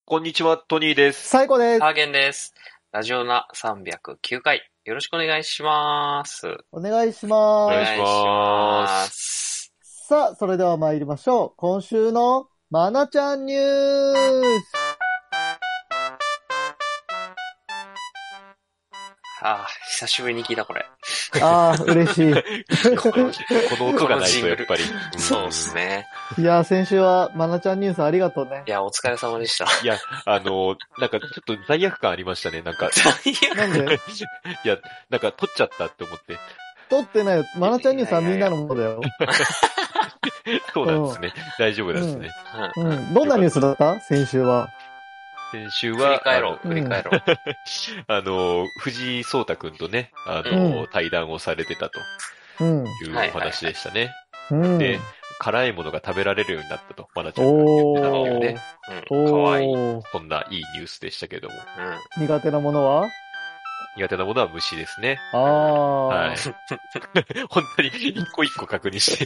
こんにちは、トニーです。 最高です。 ハーゲンです。ラジオナ309回。よろしくお願いします。 お願いします。 お願いします。 さあ、それでは参りましょう。今週のまなちゃんニュース。 久しぶりに聞いたこれ。 嬉しい。 この音がないとやっぱり。 そうですね。 いや、先週はまなちゃんニュースありがとうね。 いや、お疲れ様でした。 いや、なんかちょっと罪悪感ありましたね、なんか。 なんでいや、なんか撮っちゃったって思って。 撮ってないよ。まなちゃんニュースはみんなのものだよ。 そうなんですね。大丈夫ですね。 どんなニュースだった先週は。 先週は、 振り返ろう。 藤井聡太くんとね、対談をされてたというお話でしたね。で、辛いものが食べられるようになったと、まなちゃんが言ってたんだよね。 かわいい。 そんないいニュースでしたけども。 苦手なものは苦手なものは虫ですね。 はい。 本当に一個一個確認して。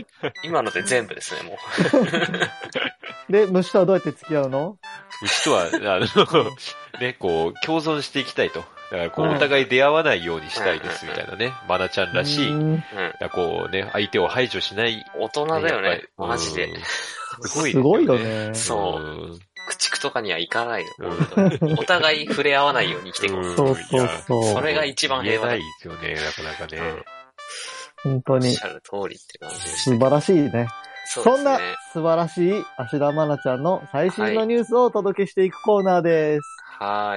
今ので全部ですね、もう。で、虫とはどうやって付き合うの？ 虫とは、ね、こう、共存していきたいと。だからこう、お互い出会わないようにしたいですみたいなね。まなちゃんらしい。こうね、相手を排除しない。 大人だよね、マジで。 すごいよね。 そう。駆逐とかにはいかないの。お互い触れ合わないように生きていこう。 そう。 それが一番平和だ。 ないですよね、なかなかね。 本当に。 おっしゃる通りって感じでした。 素晴らしいね。そんな素晴らしい芦田愛菜ちゃんの最新のニュースをお届けしていくコーナーです。 はい。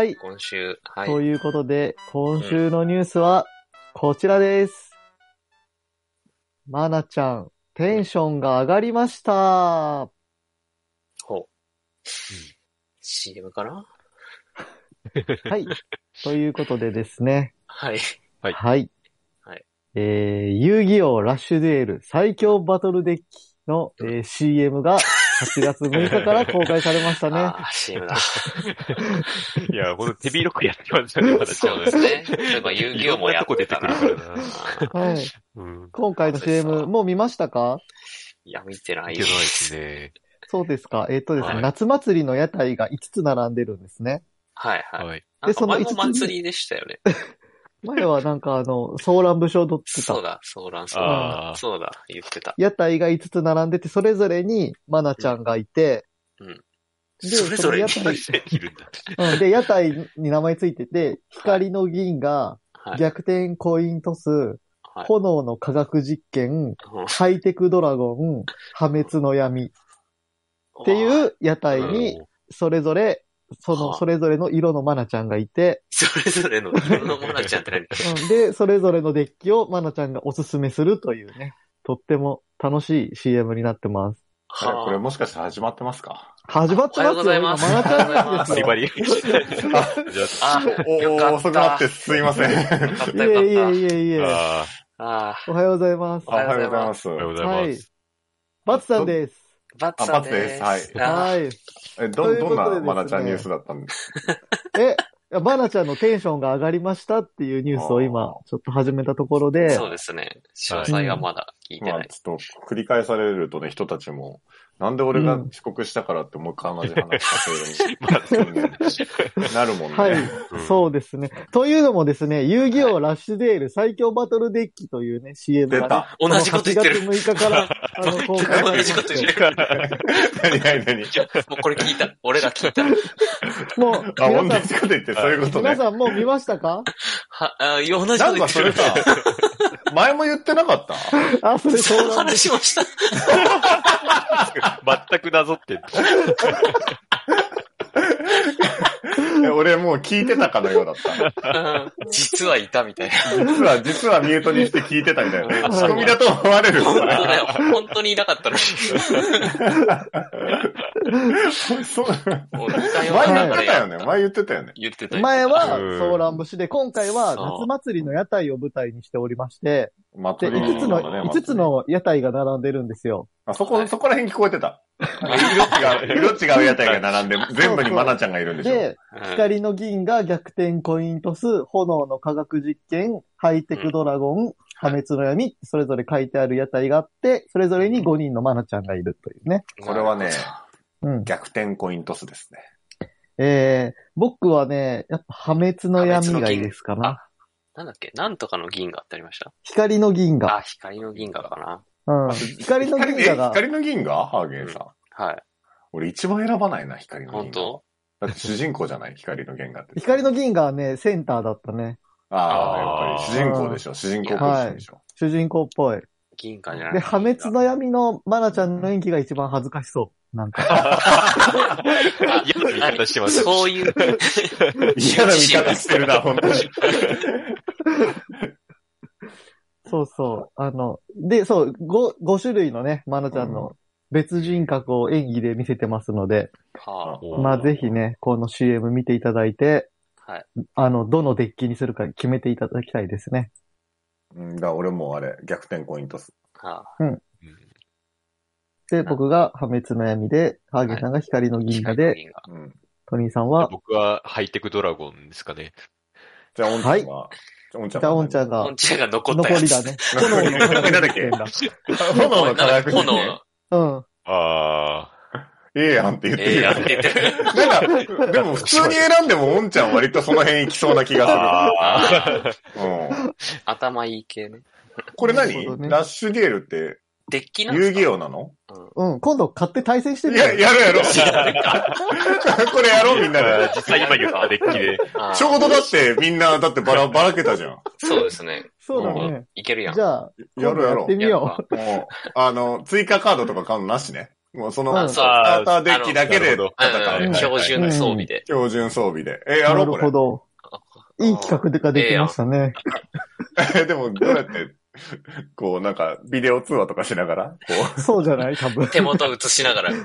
今週。 ということで、今週のニュースはこちらです。愛菜ちゃん、テンションが上がりました。 CM かな？ はい。ということでですね。 はい。 遊戯王ラッシュデュエル最強バトルデッキの、CM が8月6日から公開されましたね。 CM だ。 いや、ほんと手広くやってましたね、まだそうですね。例えば遊戯王もやってたな。 はい。今回の CM もう見ましたか？ いや、見てないです。見てないですね。 そうですか。ですね、夏祭りの屋台が5つ並んでるんですね。 はい。で、その5つ前も祭りでしたよね。 前はなんかソーラン節踊ってた。 そうだ、そうだ、言ってた。 屋台が5つ並んでて、それぞれにマナちゃんがいて、 で、それぞれにいるんだ。 で、屋台に名前ついてて、光の銀河、逆転コイントス、炎の科学実験、ハイテクドラゴン、破滅の闇っていう屋台に、それぞれの色のマナちゃんがいて、 それぞれの色のマナちゃんって何？ で、それぞれのデッキをマナちゃんがおすすめするというね、とっても楽しい CM になってます。 これもしかして始まってますか？ 始まってますよ、今、マナちゃんですよ。 バリバリ。 遅くなってすいません。 いえ。おはようございます。 おはようございます。 はい。バツさんです。 バツです。 はい。どんなマナちゃんニュースだったんですか？ マナちゃんのテンションが上がりましたっていうニュースを今、ちょっと始めたところで。 そうですね。詳細はまだ聞いてない。 ちょっと繰り返されるとね、人たちも、なんで俺が遅刻したからってもう一回同じ話させるようになるもんね。 はい。そうですね。というのもですね、遊戯王ラッシュデール最強バトルデッキというね、CM が、ね。 出た。 同じこと言ってる。 8月6日から、公開同じこと言ってる。 何もうこれ聞いた。俺ら聞いた。 もう、 同じこと言ってそういうことね。 皆さんもう見ましたか？ 同じこと言ってる。 なんかそれさ、前も言ってなかった？ それそう話しました。 全くなぞってん俺もう聞いてたかのようだった。 実はいたみたいな。 実はミュートにして聞いてたみたいな。仕込みだと思われる。 本当にいなかったのに。 前言ってたよね。 前はソーラン節で、今回は夏祭りの屋台を舞台にしておりまして、で、5つの屋台が並んでるんですよ。 そこら辺聞こえてた。色違う屋台が並んで、全部にマナちゃんがいるんでしょ。 で、光の銀河、逆転コイントス、炎の科学実験、ハイテクドラゴン、破滅の闇、それぞれ書いてある屋台があって、それぞれに5人のマナちゃんがいるというね。 これはね、 逆転コイントスですね。僕はね、やっぱ破滅の闇がいいですかな。 なんだっけなんとかの銀河ってありました？ 光の銀河。 光の銀河かな。 光の銀河が。 光の銀河ハーゲンさん。 はい。 俺一番選ばないな、光の銀河。 本当？ だって主人公じゃない光の銀河って。 光の銀河はね、センターだったね。 やっぱり主人公でしょ。主人公っぽいでしょ。 主人公っぽい。 銀河じゃない。 で、破滅の闇のマナちゃんの演技が一番恥ずかしそう。なんか。 嫌な見方してます。 そういう。 嫌な見方してるな、本当に。 そうそう。で、そう、5種類のね、マナちゃんの別人格を演技で見せてますので、まあぜひね、この CM 見ていただいて、 はい。 どのデッキにするか決めていただきたいですね。 俺もあれ、逆転コイントス。 で、僕が破滅の闇で、ハーゲンさんが光の銀河で、トニーさんは僕はハイテクドラゴンですかね。 じゃあ、オンちゃんは、 じゃあ、オンちゃんが残ったやつ。 残りだね。炎の科学実験だ。 炎の科学実験。ええやんって言ってる。なんか、でも普通に選んでもオンちゃん割とその辺行きそうな気がする。 頭いい系ね。 これ何？ラッシュデュエルって、 デッキなんですか？ 遊戯王なの？ 今度買って対戦してみる。やろう。これやろうみんなで。 実際今言ったデッキで。 ちょうどだってみんな、だってばらけたじゃん。 そうですね。 そうだね。 いけるやん。 じゃあ、 やろう。 やってみよう。もう、追加カードとか買うのなしね。もうその、スターターデッキだけで戦う。 標準装備で。 標準装備で。やろうこれ。 なるほど。いい企画ができましたね。 でも、どうやって、こう、なんか、ビデオ通話とかしながらそうじゃない多分。 手元映しながら。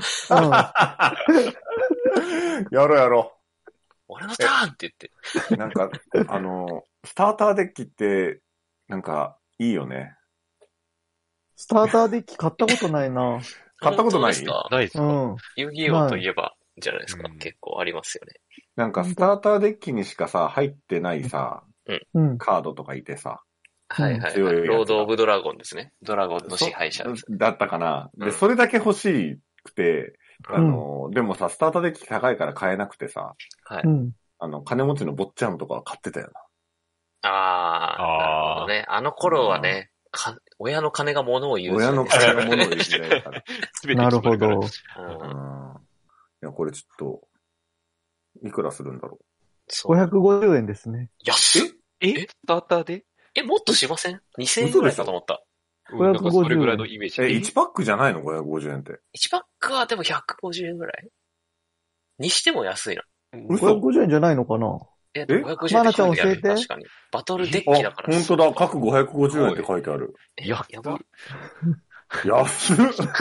やろう。 俺のターンって言って。 なんか、スターターデッキって、なんか、いいよね。 スターターデッキ買ったことないな。 買ったことない？ ないですか？ 遊戯王といえば、じゃないですか。結構ありますよね。 なんか、スターターデッキにしかさ、入ってないさ、カードとかいてさ。 はいはい。ロード・オブ・ドラゴンですね。ドラゴンの支配者。 だったかな。で、それだけ欲しくて、でもさ、スターターデッキ高いから買えなくてさ、 はい。 金持ちの坊ちゃんとか買ってたよな。 なるほどね。あの頃はね、親の金が物を言う。 親の金が物を言う時代だから。 なるほど。いや、これちょっと、いくらするんだろう。550円ですね。 安っ！ スターターで？ もっとしません？ 2000 円ぐらいかと思った。 なんかそれぐらいのイメージ。 1パックじゃないの ?550 円って。 1パックはでも150円ぐらいにしても安いな。 550円じゃないのかな？ 550円。 マナちゃん教えて。 確かに。バトルデッキだから。 本当だ、各550円って書いてある。 やば。 安っ。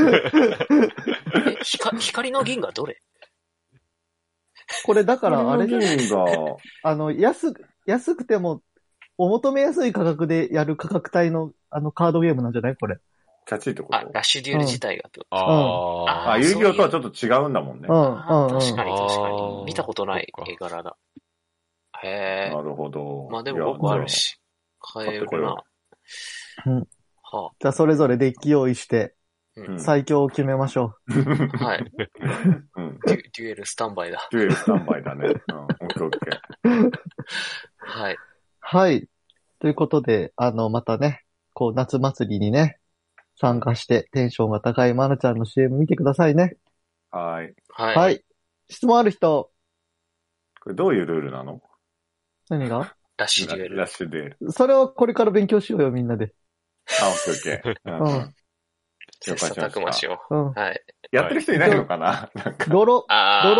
光の銀河どれ？ これだからあれ銀河。 安くても、お求めやすい価格でやる価格帯のカードゲームなんじゃないこれ。 キャッチーってこと？ ラッシュデュエル自体がってこと。 遊戯王とはちょっと違うんだもんね。 確かに。見たことない絵柄だ。へえ。 なるほど。 まあでも僕あるし。買えるな。 じゃあそれぞれデッキ用意して、最強を決めましょう。はい。デュエルスタンバイだ。 デュエルスタンバイだね。オッケーオッケー。 はい。 はい。ということで、またね、夏祭りにね、参加してテンションが高いマナちゃんの CM 見てくださいね。 はい。 はい。質問ある人。 これどういうルールなの？ 何が？ ラッシュデュエル。 ラッシュデュエル。 それはこれから勉強しようよ、みんなで。 オッケーオッケー。 切磋琢磨しよう。はい。 やってる人いないのかな？なんか。 ドロ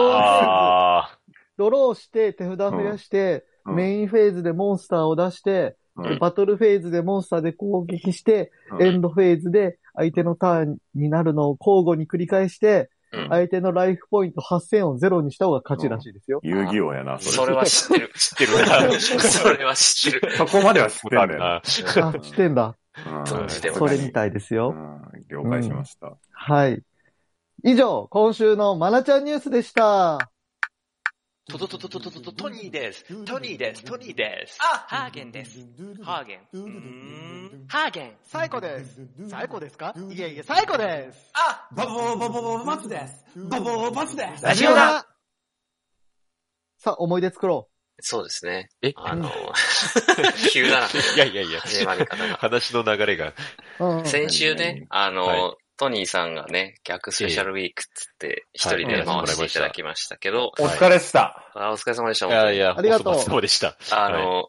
ーして手札増やして、メインフェーズでモンスターを出して、バトルフェーズでモンスターで攻撃して、エンドフェーズで相手のターンになるのを交互に繰り返して、相手のライフポイント8000をゼロにした方が勝ちらしいですよ。 遊戯王やな、 それは知ってる。知ってるな。それは知ってる。 そこまでは知ってんだよ。 知ってんだ。それみたいですよ。 了解しました。 はい。以上、今週のマナちゃんニュースでした。 トニーです。トニーです。トニーです。 あ、ハーゲンです。ハーゲン。ハーゲン。 サイコです。サイコですか？いえいえ、サイコです。 あ、バツです。バツです。 ラジオだ。さあ、思い出作ろう。 そうですね。急だな。 いや。 始まり方が。 話の流れが。 先週ね、トニーさんがね、逆スペシャルウィークっつって、一人で回していただきましたけど。 お疲れでした。 お疲れ様でした。 いや、 ありがとう。 そうでした。 はい、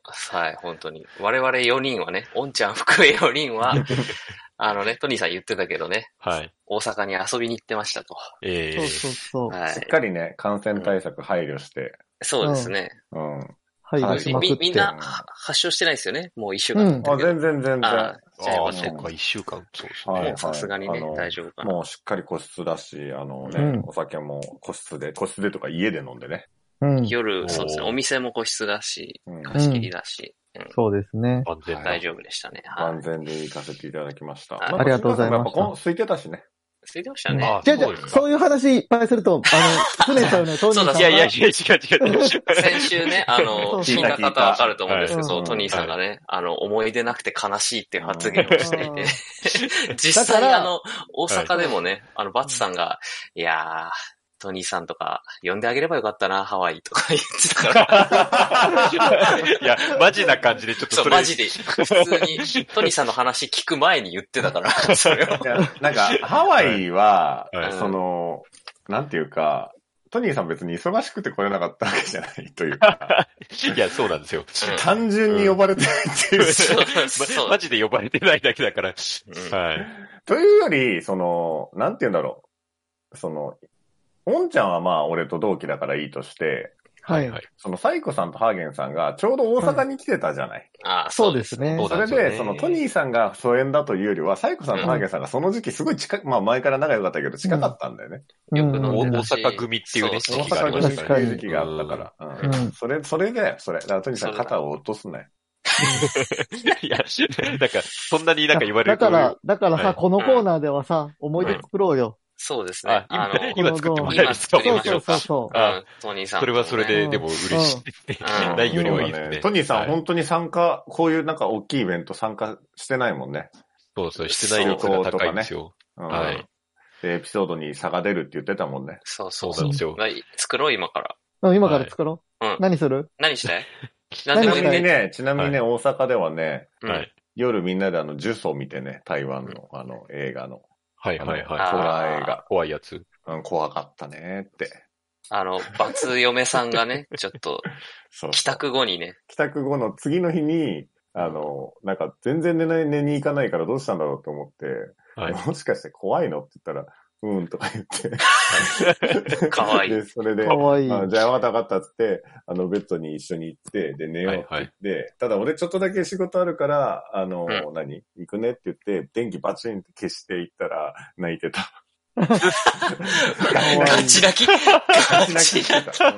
本当に。我々4人はね、おんちゃん含め4人は、トニーさん言ってたけどね。 はい。 大阪に遊びに行ってましたと。 そう。 はい。 しっかりね、感染対策配慮して。 そうですね。 はい。 みんな発症してないですよね。もう1週間。 全然。 じゃあ、 そうか、1週間。そうですね。もうさすがにね、大丈夫かな。 もうしっかり個室だし、お酒も個室でとか家で飲んでね。 夜、そうですね。お店も個室だし、貸し切りだし。 そうですね。 大丈夫でしたね。 万全で行かせていただきました。 ありがとうございます。 空いてたしね。 ついてましたね。 じゃそういう話いっぱいすると、拗ねちゃうね、トニーさん。 いや、違う。先週ね、聞いた方わかると思うんですけど、トニーさんがね、思い出なくて悲しいっていう発言をしていて、実際大阪でもね、バツさんが、いやー、トニーさんとか呼んであげればよかったな、ハワイとか言ってたから。 いや、マジな感じでちょっとそう、マジで。普通に、トニーさんの話聞く前に言ってたから、それを。 なんか、ハワイは、なんていうか、トニーさん別に忙しくて来れなかったわけじゃないというか。 いや、そうなんですよ。 単純に呼ばれてないっていう。 マジで呼ばれてないだけだから。はい。 というより、なんていうんだろう。おんちゃんはまあ俺と同期だからいいとして、 はい。 サイコさんとハーゲンさんがちょうど大阪に来てたじゃない。 そうですね。 それで、トニーさんが疎遠だというよりは、サイコさんとハーゲンさんがその時期すごいまあ前から仲良かったけど近かったんだよね。 大阪組っていうね、 時期がありましたから。時期があったから。それだよ、それ。だからトニーさん肩を落とすなよ。 いや、なんか、そんなになんか言われると。 だからさ、このコーナーではさ、思い出作ろうよ。 そうですね。 今作ってもらえるんですか？ そう。 トニーさん。 それはそれで、でも嬉しい。ないよりはいいですね。 トニーさん本当にこういうなんか大きいイベント参加してないもんね。 そう、してない率が高いんですよ。はい。 で、エピソードに差が出るって言ってたもんね。 そうなんですよ。 作ろう、今から。 今から作ろう。何する？ 何したい？ ちなみにね、大阪ではね、夜みんなで呪詛見てね、台湾の映画の。 はい。 ホラー映画。 怖いやつ。 怖かったねって。 バツ嫁さんがね、ちょっと、帰宅後にね。 帰宅後の次の日に、なんか全然寝に行かないからどうしたんだろうと思って、もしかして怖いのって言ったら、とか言って。 かわいい。 で、それで、 かわいい。 じゃあわかったっつって、ベッドに一緒に行って、で、寝ようって言って、ただ俺ちょっとだけ仕事あるから、行くねって言って、電気バチンって消していったら、泣いてた。 ガチ泣きしてた。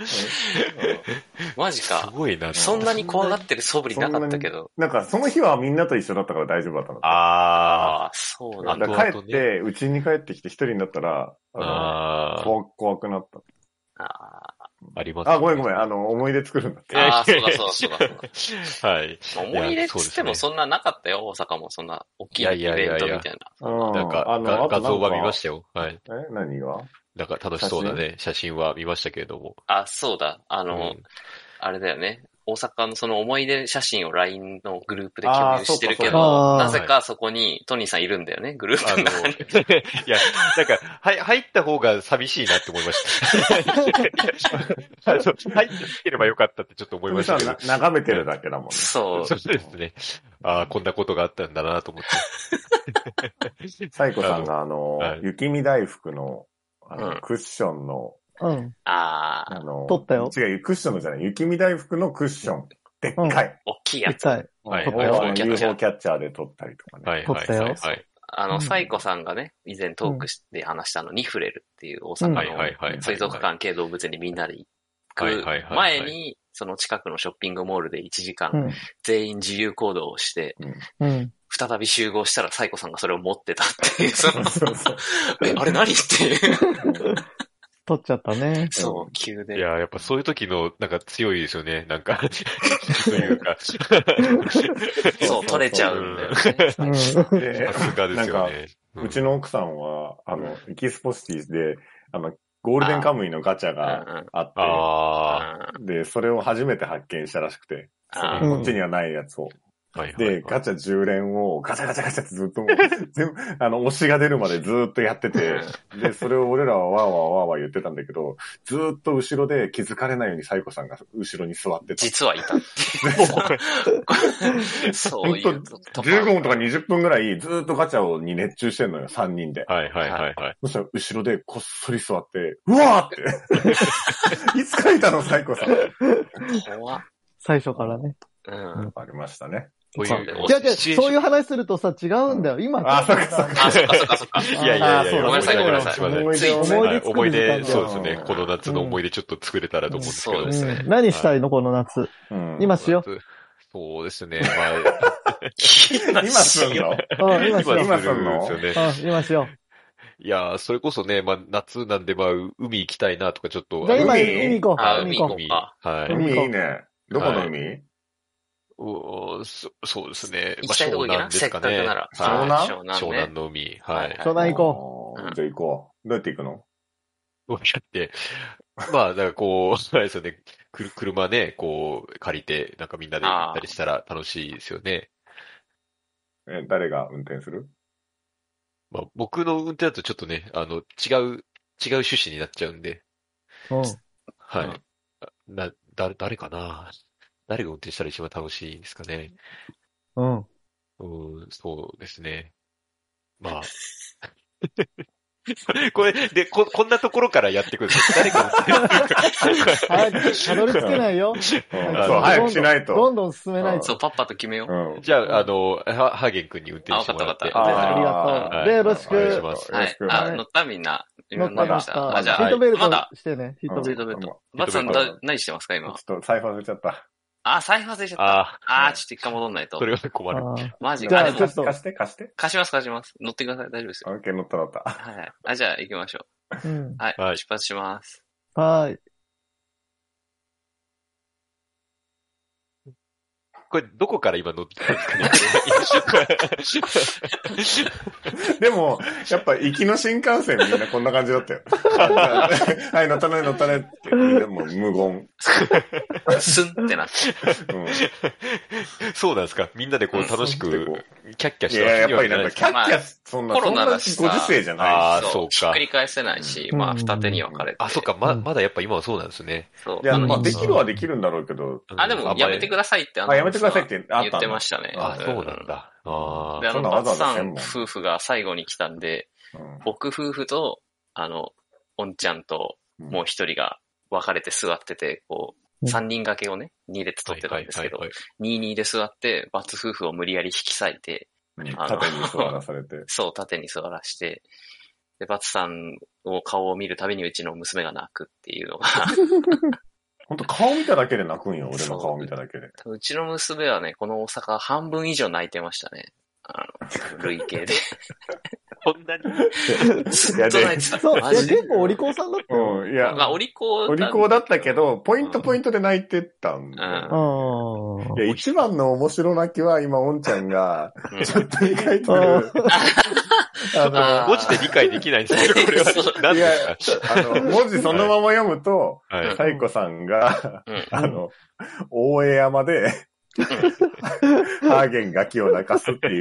マジか。 すごいな。 そんなに怖がってる素振りなかったけど。 なんか、その日はみんなと一緒だったから大丈夫だったの。 そうなんだ。 帰って、うちに帰ってきて一人になったら、怖くなった。 あります、ね。 ごめん。思い出作るんだって。 そうだ。はい。思い出っつってもそんななかったよ、大阪も。そんな大きいイベントみたいな。 なんか、画像は見ましたよ。はい。 何が？ なんか楽しそうなね、写真は見ましたけれども。 そうだ。あれだよね。大阪のその思い出写真を LINE のグループで共有してるけど、なぜかそこにトニーさんいるんだよね、グループの中に。 いや、なんか、入った方が寂しいなって思いました。入ってなければよかったってちょっと思いましたけど。 眺めてるだけだもんね。 そうですね。こんなことがあったんだなと思って。 サイコさんが雪見大福の、クッションの、 取ったよ。 違う、クッションのじゃない、雪見大福のクッション。でっかい。 大きいやつ。 でっかい。UFO キャッチャーで撮ったりとかね。 撮ったよ。 サイコさんがね、以前トークで話したニフレルっていう大阪の水族館系動物園にみんなで行く前に、その近くのショッピングモールで1時間全員自由行動をして、再び集合したらサイコさんがそれを持ってたっていう、あれ何っていう。 取っちゃったね。 そう、急で。 いや、やっぱそういう時の、なんか強いですよね。なんか、というか。 そう、取れちゃうんだよね。 さすがですよね。 うちの奥さんは、エキスポシティで、ゴールデンカムイのガチャがあって、で、それを初めて発見したらしくて、こっちにはないやつを。で、ガチャ10連をガチャガチャガチャってずっともう、全部、推しが出るまでずっとやってて、で、それを俺らはワーワーワーワー言ってたんだけど、ずっと後ろで気づかれないようにサイコさんが後ろに座ってた。 実はいたっていう。そういう。 15分とか20分ぐらいずっとガチャに熱中してんのよ、3人で。 はいはいはいはい。 そしたら後ろでこっそり座って、うわーっていつ書いたの、サイコさん。 怖っ。 最初からね。 ありましたね。 そういう話するとさ、違うんだよ。今。 そっか。 いや、 ごめんなさい。 思い出、そうですね。この夏の思い出ちょっと作れたらと思うんですけど。そうですね。 何したいのこの夏。今しよう。 そうですね。 今すんの今すんの今しよう。いや、それこそね、夏なんで、海行きたいなとかちょっと。 じゃあ今、海行こう。 海行こうか。 はい。 海いいね。どこの海？ そうですね。 行きたいとこ行けな、せっかくなら。 湘南の海。はい。 湘南行こう。じゃあ行こう。どうやって行くの？ どうやって、だからあれですよね。車ね、借りて、なんかみんなで行ったりしたら楽しいですよね。 誰が運転する？ 僕の運転だとちょっとね、違う趣旨になっちゃうんで。はい。誰かな？誰が運転したら一番楽しいですかね。そうですね。これ、で、こんなところからやってくるんですよ。誰が運転するか。 早く、たどり着けないよ。 そう、早くしないと。 どんどん進めないと。 そう、パッパと決めよう。 じゃあ、ハーゲン君に運転してもらって。 ありがとう。で、よろしく。 お願いします。 はい。乗ったみんな。 乗りました。 じゃあ、 シートベルトしてね。 シートベルト。バツさん何してますか、今。 ちょっと財布忘れちゃった。 財布忘れちゃった。ちょっと一回戻んないと。 それは困る。 マジか。 じゃあ、 貸して。 貸します。乗ってください。大丈夫ですよ。 オッケー、乗った。 はい。じゃあ、行きましょう。はい。出発します。 はい。 これ、どこから今乗ってたんですかね。 でも、やっぱ行きの新幹線みんなこんな感じだったよ。はい、乗ったねって、みんなもう無言。 スンってなって。 そうなんですか。みんなで楽しく、キャッキャしていや、やっぱりなんかキャッキャ、そんな、 コロナだしご時世じゃないし。そうか。 ひっくり返せないし、二手に分かれて。 そうか。まだやっぱ今はそうなんですね。 そう。 いや、できるはできるんだろうけど。 でも、やめてくださいってやめてくださいって言ってましたね。 そうなんだ。 で、バツさん夫婦が最後に来たんで、僕夫婦と、おんちゃんと、もう一人が分かれて座ってて、三人掛けをね、2列取ってたんですけど、2-2で座って、バツ夫婦を無理やり引き裂いて、 縦に座らされて。 そう、縦に座らして、で、バツさんを顔を見るたびにうちの娘が泣くっていうのが。 ほんと顔見ただけで泣くんよ、俺の顔見ただけで。 うちの娘はね、この大阪半分以上泣いてましたね。累計で。 こんなにずっと泣いてた。 そう、結構お利口さんだったよ。 いや、 お利口だったけど、ポイントで泣いてたんだよ。いや、一番の面白泣きは今、おんちゃんが、ちょっと理解とる。 文字で理解できないんですけど、これは。何ですか？ 文字そのまま読むと、サイコさんが、大江山で、ハーゲンガキを泣かすっていう、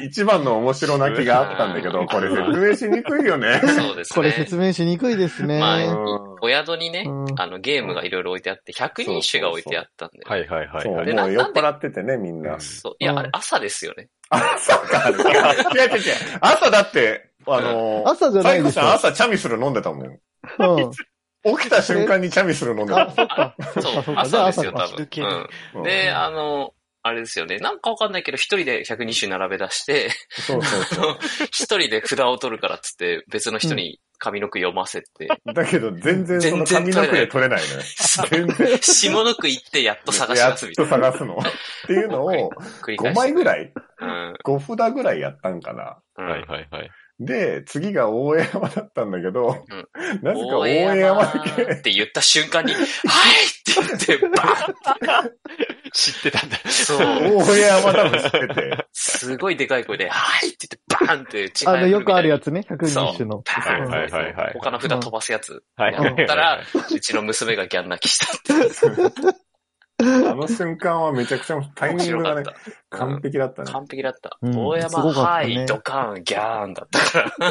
一番の面白泣きがあったんだけど、これ説明しにくいよね。 そうですね。 これ説明しにくいですね。 お宿にね、ゲームがいろいろ置いてあって、100人種が置いてあったんで。 はい。 そう、もう酔っ払っててね、みんな。 そう。いや、あれ朝ですよね。 朝か。違う。朝だって、 朝じゃないですよ。 朝チャミスル飲んでたもん。起きた瞬間にチャミスル飲んでた。 そう、朝ですよ、多分。で、あれですよね。なんかわかんないけど、一人で120種並べ出して、一人で札を取るからっつって、別の人に上の句読ませて。 だけど、全然その上の句で取れないのよ。全然。 下の句行ってやっと探し出すみたいな。 やっと探すの。っていうのを、5枚ぐらい ?5 札ぐらいやったんかな。 はい。 で、次が大江山だったんだけど、なぜか大江山だけ。 って言った瞬間に、はいって言って、バーンって知ってたんだ。 そう。 大江山多分知ってて。 すごいでかい声で、はいって言って、バーンって違う。 よくあるやつね、120種の。 はい。 他の札飛ばすやつ。 はい。 やったら、うちの娘がギャン泣きしたって。 あの瞬間はめちゃくちゃタイミングがね、完璧だったね。 完璧だった。大山、はい、ドカン、ギャーンだったから。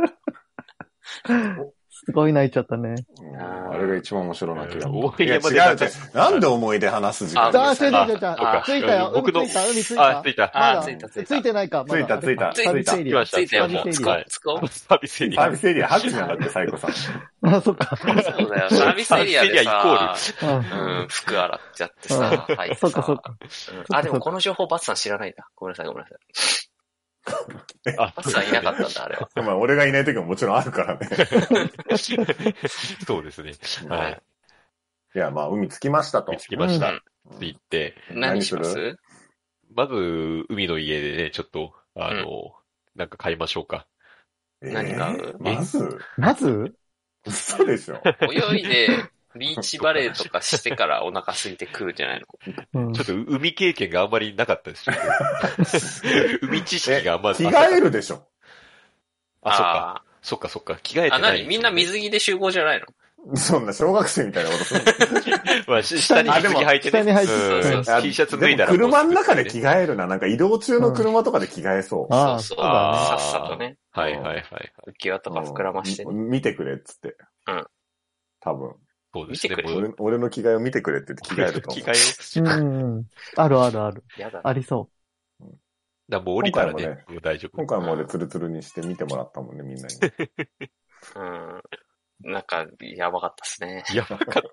すごい泣いちゃったね。 あれが一番面白いな気が。 大山で。 違う。なんで思い出話す時間あ、違う。着いたよ。 僕の、 海着いた。 着いた。 着いてないか。 着いた。 着いたよ、もう。 サービスエリア。 サービスエリア、拍手なんだって、サイコさん。 あ、そっか。 そうだよ、サービスエリアでさ、服洗っちゃってさ、はい。 そっか。 あ、でもこの情報バツさん知らないんだ。ごめんなさい。バツさんいなかったんだ、あれは。 まあ、俺がいない時ももちろんあるからね。 そうですね。はい。 いや、まあ、海着きましたと。 着きました。着いて。 何しますまず、海の家でね、ちょっと、なんか買いましょうか。 何買うまず嘘でしょ。 泳いで、ビーチバレーとかしてからお腹空いてくるんじゃないの、ちょっと海経験があんまりなかったですよ。海知識があんまり。 着替えるでしょ。 そっか。着替えてない、 みんな水着で集合じゃないのそんな小学生みたいなことする。 まあ、下に水着履いてね。 下に履いてそう。T シャツ脱いだら。 車の中で着替えるな。なんか移動中の車とかで着替えそう。 そう。さっさとね。 はい。 浮き輪とか膨らまして。 見てくれっつって。多分。 そうですね。 俺の着替えを見てくれって言って着替えると思う。 着替えある。ありそう。 だもう降りたらね、大丈夫。 今回も俺ツルツルにして見てもらったもんね、みんなに。 なんか、やばかったっすね。 やばかった。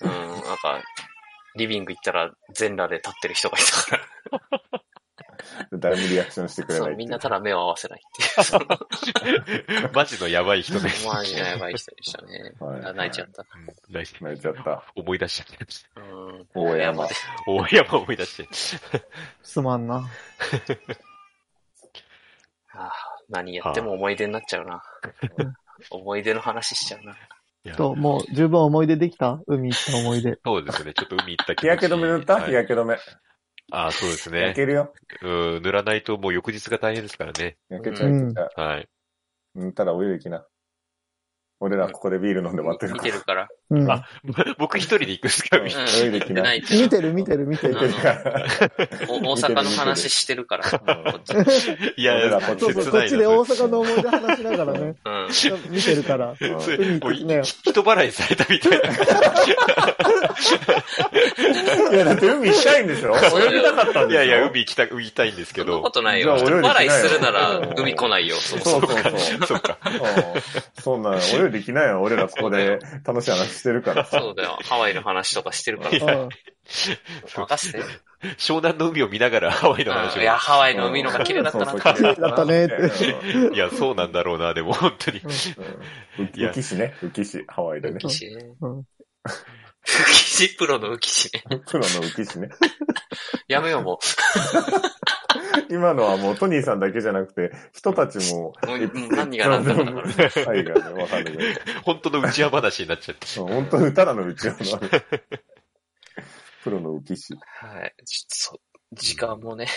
なんか、リビング行ったら全裸で立ってる人がいたから。 誰もリアクションしてくれない。 そう、みんなただ目を合わせないっていう。 マジのやばい人ね。 マジのやばい人でしたね。泣いちゃった。 泣いちゃった。 思い出しちゃった。 大山思い出して。 すまんな。 何やっても思い出になっちゃうな。思い出の話しちゃうな。 もう十分思い出できた？海行った思い出。 そうですね。ちょっと海行った日焼け止め塗った？日焼け止め。 そうですね。 焼けるよ。 塗らないともう翌日が大変ですからね。 焼けちゃう。 はい。 塗ったらお湯行きな。俺らここでビール飲んで待ってるから。 見てるから。 僕一人で行くんですか？ 泳いできな。 見てる。 大阪の話してるから。 いや、 こっちで大阪の思い出話しながらね。見てるから。海行ってね。 人払いされたみたいな。 いや、だって海行きたいんでしょ？泳ぎたかったんでしょ？ いや、海行きたいんですけど。 そんなことないよ。人払いするなら海来ないよ。 そうか。 そんな、泳いできないよ。俺らここで楽しい話してるから。 そうだよ。ハワイの話とかしてるからさ。任せて。 湘南の海を見ながらハワイの話を。 いや、ハワイの海のが綺麗だったな。 綺麗だったねって。 いや、そうなんだろうな、でも本当に。 浮き師ね。浮き師、ハワイでね。 浮き師ね。浮き師、プロの浮き師ね。 プロの浮き師ね。 やめよう、もう。 今のはもうトニーさんだけじゃなくて、人たちも。 何が何だろうから。 はいがね、わかんないけど。 本当の内輪話になっちゃって。 本当にただの内輪の。プロの浮き師。 はい。時間もね。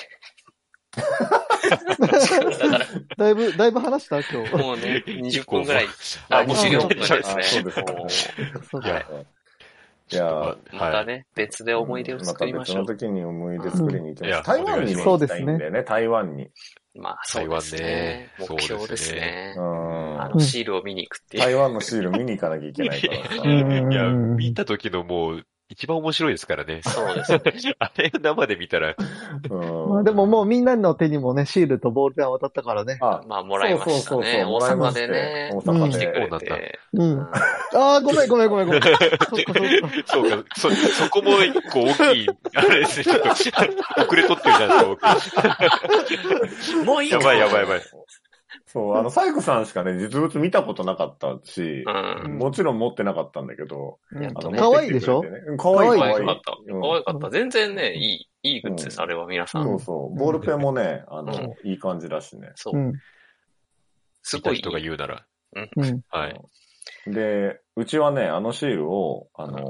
だいぶ話した今日。 もうね、20分ぐらい。24分ですね。 そうですね。いや、 またね、別で思い出を作りましょう。 また別の時に思い出作りに行きます。台湾に行きたいんだよね、台湾に。 まあ、そうですね。目標ですね。シールを見に行くっていう。 台湾のシール見に行かなきゃいけないからさ。いや、見た時のもう、一番面白いですからね。 そうですね。 あれ生で見たら。 まあでももうみんなの手にもね、シールとボールペン渡ったからね。 まあもらいましたね。大阪でね。 大阪で。来てくれて。 ごめん。 そうか、そこも一個大きい、あれですね、ちょっと、遅れとってるじゃないですか、 もういいか。 やばい。 そう、サイコさんしかね、実物見たことなかったし、もちろん持ってなかったんだけど、 可愛いでしょ？ 可愛かった。可愛かった。全然ね、いいグッズです、あれは皆さん。 そう。ボールペンもね、いい感じだしね。 そう。 すごい。 人が言うなら。 うん。 はい。 で、うちはね、シールを、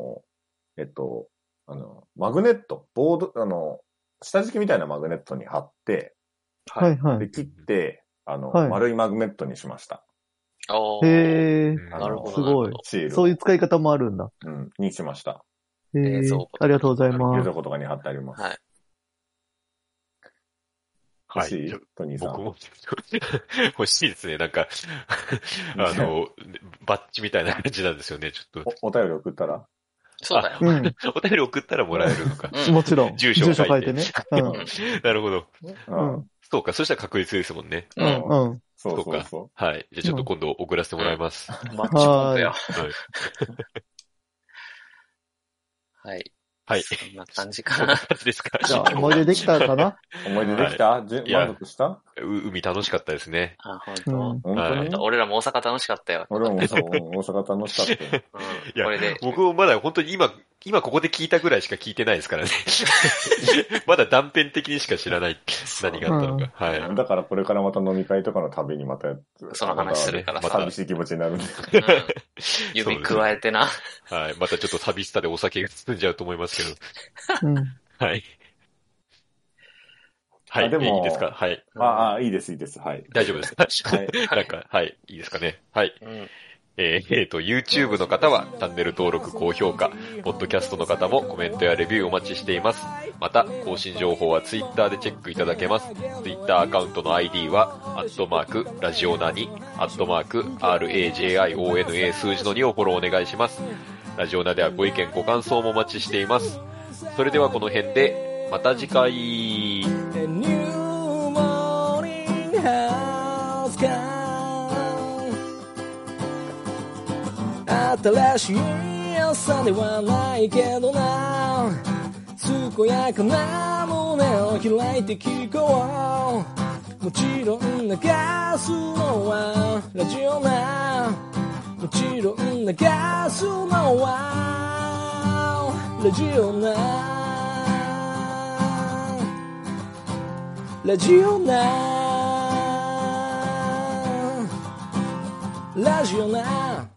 マグネット、ボード、下敷きみたいなマグネットに貼って、 はいはい。 で、切って、 はい、 丸いマグネットにしました。 へー。 なるほど。 すごい。シール。そういう使い方もあるんだ。 うん、にしました。 へー。ありがとうございます。 冷蔵庫とかに貼ってあります。 はい。 欲しい、トニーさん。 僕も欲しいですね。なんかバッジみたいな感じなんですよね、ちょっと。 お便り送ったらそうだよ。 お便り送ったらもらえるのか。 もちろん。 住所書いてね。 なるほど。 うん。 そうか、そしたら確率ですもんね。 うん。 そうか。 はい。じゃあちょっと今度送らせてもらいます。 マッチポンプや。はい。 はい。 そんな感じかな。 ですか。 じゃあ、思い出できたかな？ 思い出できた？満足した？ 海楽しかったですね。 あ、本当。俺らも大阪楽しかったよ。 俺も大阪楽しかったよ。 いや、これで。僕もまだ本当に今ここで聞いたぐらいしか聞いてないですからね。まだ断片的にしか知らない。何があったのか。はい。 だからこれからまた飲み会とかの旅にまたその話するからさ。寂しい気持ちになるんで。 指加えてな。 はい。またちょっと寂しさでお酒が進んじゃうと思いますけど。はい。はい。でもいいですか？はい。 いいです、いいです。はい。 大丈夫ですか？はい。なんか、はい。いいですかね。はい。YouTube の方はチャンネル登録、高評価、ポッドキャストの方もコメントやレビューお待ちしています。また、更新情報は Twitter でチェックいただけます。Twitter アカウントの ID は、ラジオナに、RAJIONA 数字の2をフォローお願いします。ラジオナではご意見、ご感想もお待ちしています。それではこの辺で、また次回。 新しい朝ではないけどな、健やかな胸を開いて聞こう。もちろん流すのはラジオな、もちろん流すのはラジオな、ラジオな、ラジオな。